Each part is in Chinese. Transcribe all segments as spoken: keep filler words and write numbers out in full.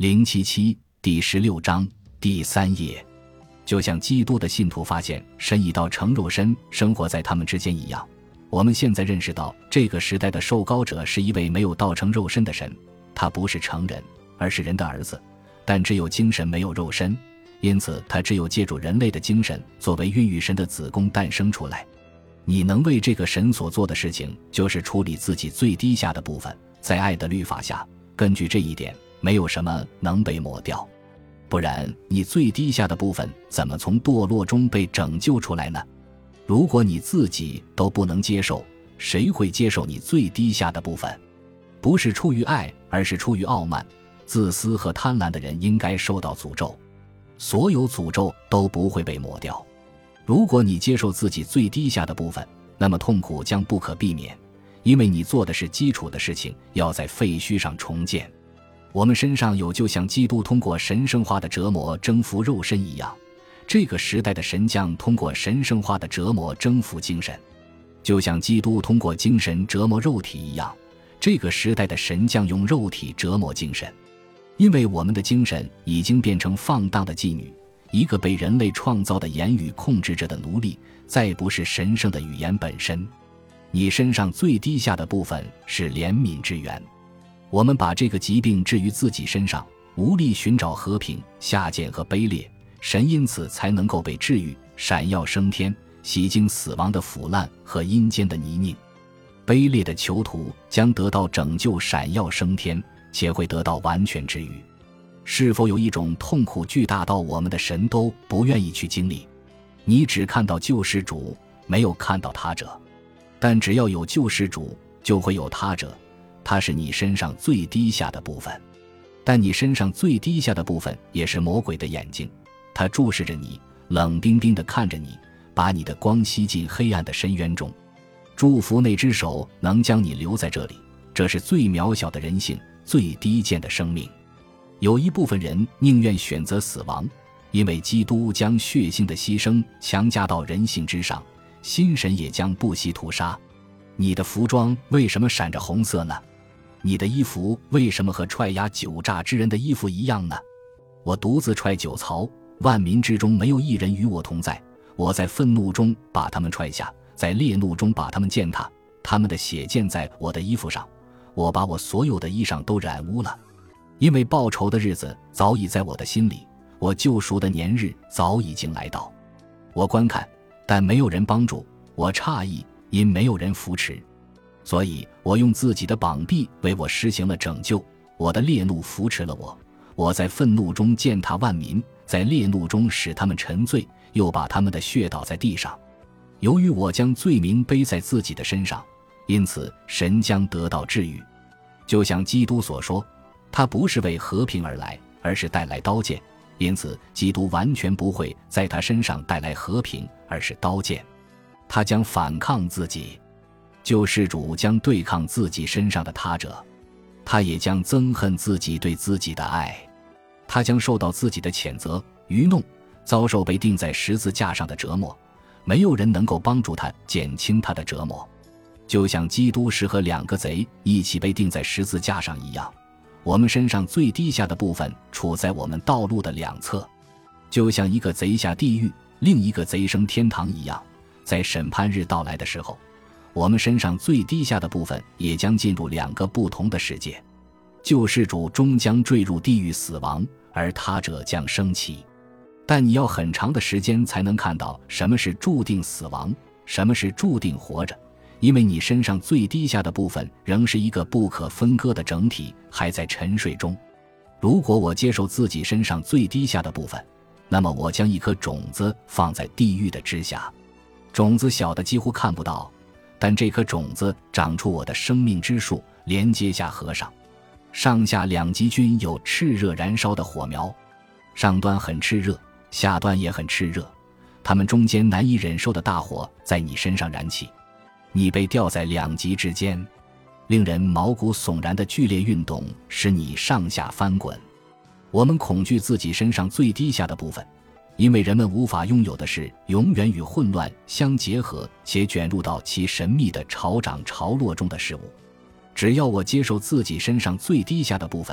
零七七第十六章第三页。就像基督的信徒发现神已道成肉身生活在他们之间一样，我们现在认识到这个时代的受膏者是一位没有道成肉身的神，他不是成人，而是人的儿子，但只有精神没有肉身，因此他只有借助人类的精神作为孕育神的子宫诞生出来。你能为这个神所做的事情，就是处理自己最低下的部分，在爱的律法下，根据这一点，没有什么能被抹掉。不然你最低下的部分怎么从堕落中被拯救出来呢？如果你自己都不能接受，谁会接受你最低下的部分？不是出于爱，而是出于傲慢、自私和贪婪的人应该受到诅咒。所有诅咒都不会被抹掉。如果你接受自己最低下的部分，那么痛苦将不可避免，因为你做的是基础的事情，要在废墟上重建。我们身上有就像基督通过神圣化的折磨征服肉身一样，这个时代的神将通过神圣化的折磨征服精神，就像基督通过精神折磨肉体一样，这个时代的神将用肉体折磨精神。因为我们的精神已经变成放荡的妓女，一个被人类创造的言语控制着的奴隶，再不是神圣的语言本身。你身上最低下的部分是怜悯之源。我们把这个疾病置于自己身上，无力寻找和平、下贱和卑劣，神因此才能够被治愈，闪耀升天，洗净死亡的腐烂和阴间的泥泞。卑劣的囚徒将得到拯救，闪耀升天，且会得到完全治愈。是否有一种痛苦巨大到我们的神都不愿意去经历？你只看到救世主，没有看到他者。但只要有救世主，就会有他者，他是你身上最低下的部分。但你身上最低下的部分也是魔鬼的眼睛，他注视着你，冷冰冰地看着你，把你的光吸进黑暗的深渊中。祝福那只手能将你留在这里，这是最渺小的人性，最低贱的生命。有一部分人宁愿选择死亡，因为基督将血腥的牺牲强加到人性之上，新神也将不惜屠杀。你的服装为什么闪着红色呢？你的衣服为什么和踹压酒榨之人的衣服一样呢？我独自踹酒槽，万民之中没有一人与我同在。我在愤怒中把他们踹下，在烈怒中把他们践踏，他们的血溅在我的衣服上，我把我所有的衣裳都染污了。因为报仇的日子早已在我的心里，我救赎的年日早已经来到。我观看，但没有人帮助；我诧异，因没有人扶持。所以我用自己的膀臂为我实行了拯救，我的烈怒扶持了我。我在愤怒中践踏万民，在烈怒中使他们沉醉，又把他们的血倒在地上。由于我将罪名背在自己的身上，因此神将得到治愈。就像基督所说，他不是为和平而来，而是带来刀剑，因此基督完全不会在他身上带来和平，而是刀剑。他将反抗自己，救世主将对抗自己身上的他者，他也将憎恨自己对自己的爱。他将受到自己的谴责、愚弄，遭受被钉在十字架上的折磨，没有人能够帮助他减轻他的折磨。就像基督是和两个贼一起被钉在十字架上一样，我们身上最低下的部分处在我们道路的两侧，就像一个贼下地狱，另一个贼升天堂一样。在审判日到来的时候，我们身上最低下的部分也将进入两个不同的世界。救世主终将坠入地狱死亡，而他者将升起。但你要很长的时间才能看到什么是注定死亡，什么是注定活着，因为你身上最低下的部分仍是一个不可分割的整体，还在沉睡中。如果我接受自己身上最低下的部分，那么我将一颗种子放在地狱的枝下。种子小的几乎看不到，但这颗种子长出我的生命之树，连接下河上。上下两极均有炽热燃烧的火苗，上端很炽热，下端也很炽热，它们中间难以忍受的大火在你身上燃起。你被吊在两极之间，令人毛骨悚然的剧烈运动使你上下翻滚。我们恐惧自己身上最低下的部分，因为人们无法拥有的是永远与混乱相结合且卷入到其神秘的潮涨潮落中的事物。只要我接受自己身上最低下的部分，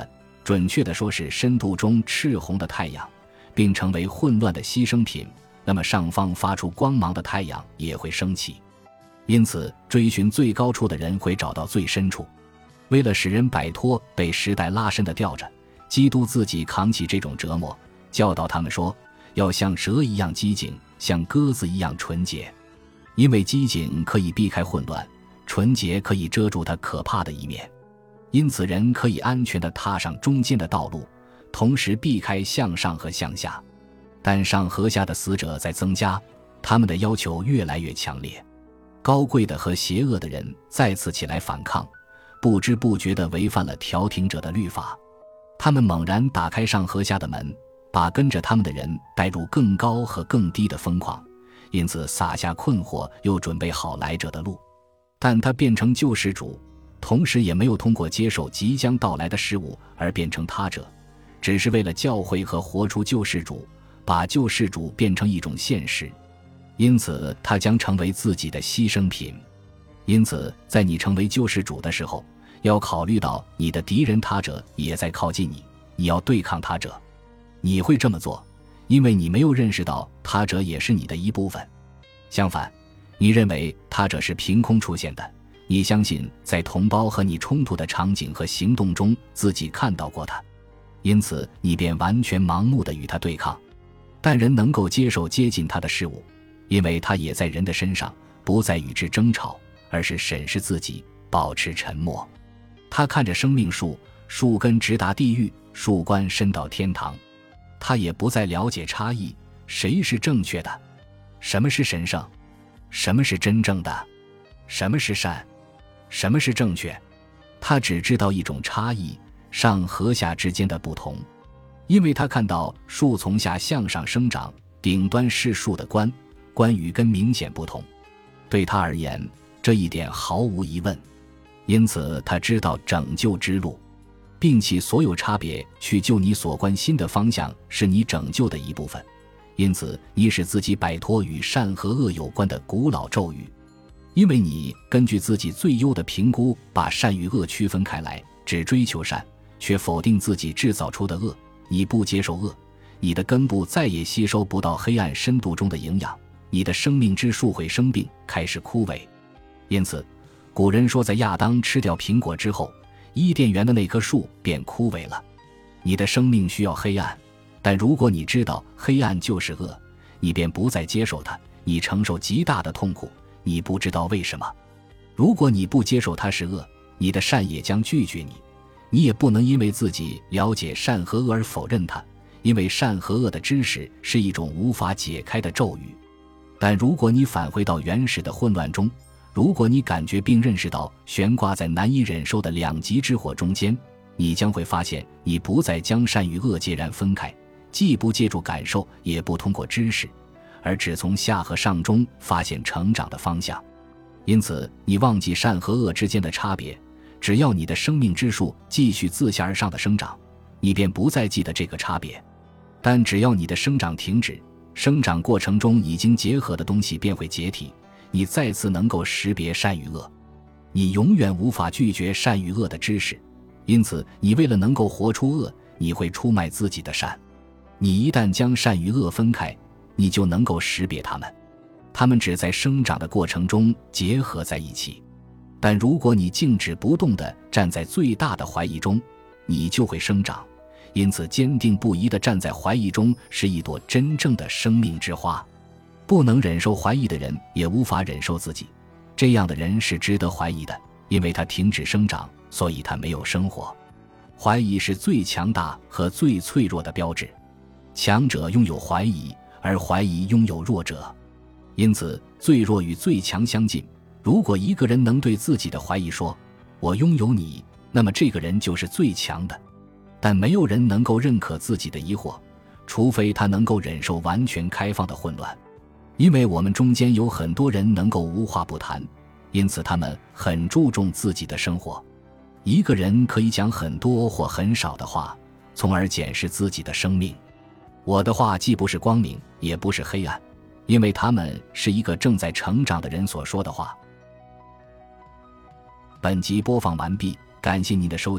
准确地说是深度中赤红的太阳，并成为混乱的牺牲品，那么上方发出光芒的太阳也会升起。因此追寻最高处的人会找到最深处。为了使人摆脱被时代拉伸的吊着，基督自己扛起这种折磨，教导他们说，要像蛇一样机警，像鸽子一样纯洁。因为机警可以避开混乱，纯洁可以遮住它可怕的一面。因此人可以安全地踏上中间的道路，同时避开向上和向下。但上和下的死者在增加，他们的要求越来越强烈。高贵的和邪恶的人再次起来反抗，不知不觉地违反了调停者的律法。他们猛然打开上和下的门，把跟着他们的人带入更高和更低的疯狂，因此撒下困惑又准备好来者的路。但他变成救世主，同时也没有通过接受即将到来的事物而变成他者，只是为了教会和活出救世主，把救世主变成一种现实。因此他将成为自己的牺牲品。因此在你成为救世主的时候，要考虑到你的敌人他者也在靠近你，你要对抗他者。你会这么做，因为你没有认识到他者也是你的一部分。相反，你认为他者是凭空出现的，你相信在同胞和你冲突的场景和行动中自己看到过他，因此你便完全盲目地与他对抗。但人能够接受接近他的事物，因为他也在人的身上，不再与之争吵，而是审视自己，保持沉默。他看着生命树，树根直达地狱，树冠伸到天堂。他也不再了解差异，谁是正确的，什么是神圣，什么是真正的，什么是善，什么是正确。他只知道一种差异，上和下之间的不同。因为他看到树从下向上生长，顶端是树的冠，冠与根明显不同。对他而言，这一点毫无疑问。因此他知道拯救之路，摒弃所有差别，去救你所关心的方向，是你拯救的一部分。因此你使自己摆脱与善和恶有关的古老咒语，因为你根据自己最优的评估，把善与恶区分开来，只追求善，却否定自己制造出的恶。你不接受恶，你的根部再也吸收不到黑暗深度中的营养，你的生命之树会生病，开始枯萎。因此古人说，在亚当吃掉苹果之后，伊甸园的那棵树便枯萎了。你的生命需要黑暗，但如果你知道黑暗就是恶，你便不再接受它，你承受极大的痛苦，你不知道为什么。如果你不接受它是恶，你的善也将拒绝你，你也不能因为自己了解善和恶而否认它，因为善和恶的知识是一种无法解开的咒语。但如果你返回到原始的混乱中，如果你感觉并认识到悬挂在难以忍受的两极之火中间，你将会发现你不再将善与恶截然分开，既不借助感受，也不通过知识，而只从下和上中发现成长的方向。因此你忘记善和恶之间的差别，只要你的生命之树继续自下而上的生长，你便不再记得这个差别。但只要你的生长停止，生长过程中已经结合的东西便会解体，你再次能够识别善与恶。你永远无法拒绝善与恶的知识，因此你为了能够活出恶，你会出卖自己的善。你一旦将善与恶分开，你就能够识别它们，它们只在生长的过程中结合在一起。但如果你静止不动地站在最大的怀疑中，你就会生长。因此坚定不移地站在怀疑中是一朵真正的生命之花。不能忍受怀疑的人也无法忍受自己，这样的人是值得怀疑的，因为他停止生长，所以他没有生活。怀疑是最强大和最脆弱的标志，强者拥有怀疑，而怀疑拥有弱者。因此最弱与最强相近，如果一个人能对自己的怀疑说我拥有你，那么这个人就是最强的。但没有人能够认可自己的疑惑，除非他能够忍受完全开放的混乱。因为我们中间有很多人能够无话不谈，因此他们很注重自己的生活。一个人可以讲很多或很少的话，从而检视自己的生命。我的话既不是光明，也不是黑暗，因为他们是一个正在成长的人所说的话。本集播放完毕，感谢您的收听。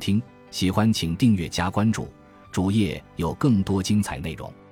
喜欢请订阅加关注，主页有更多精彩内容。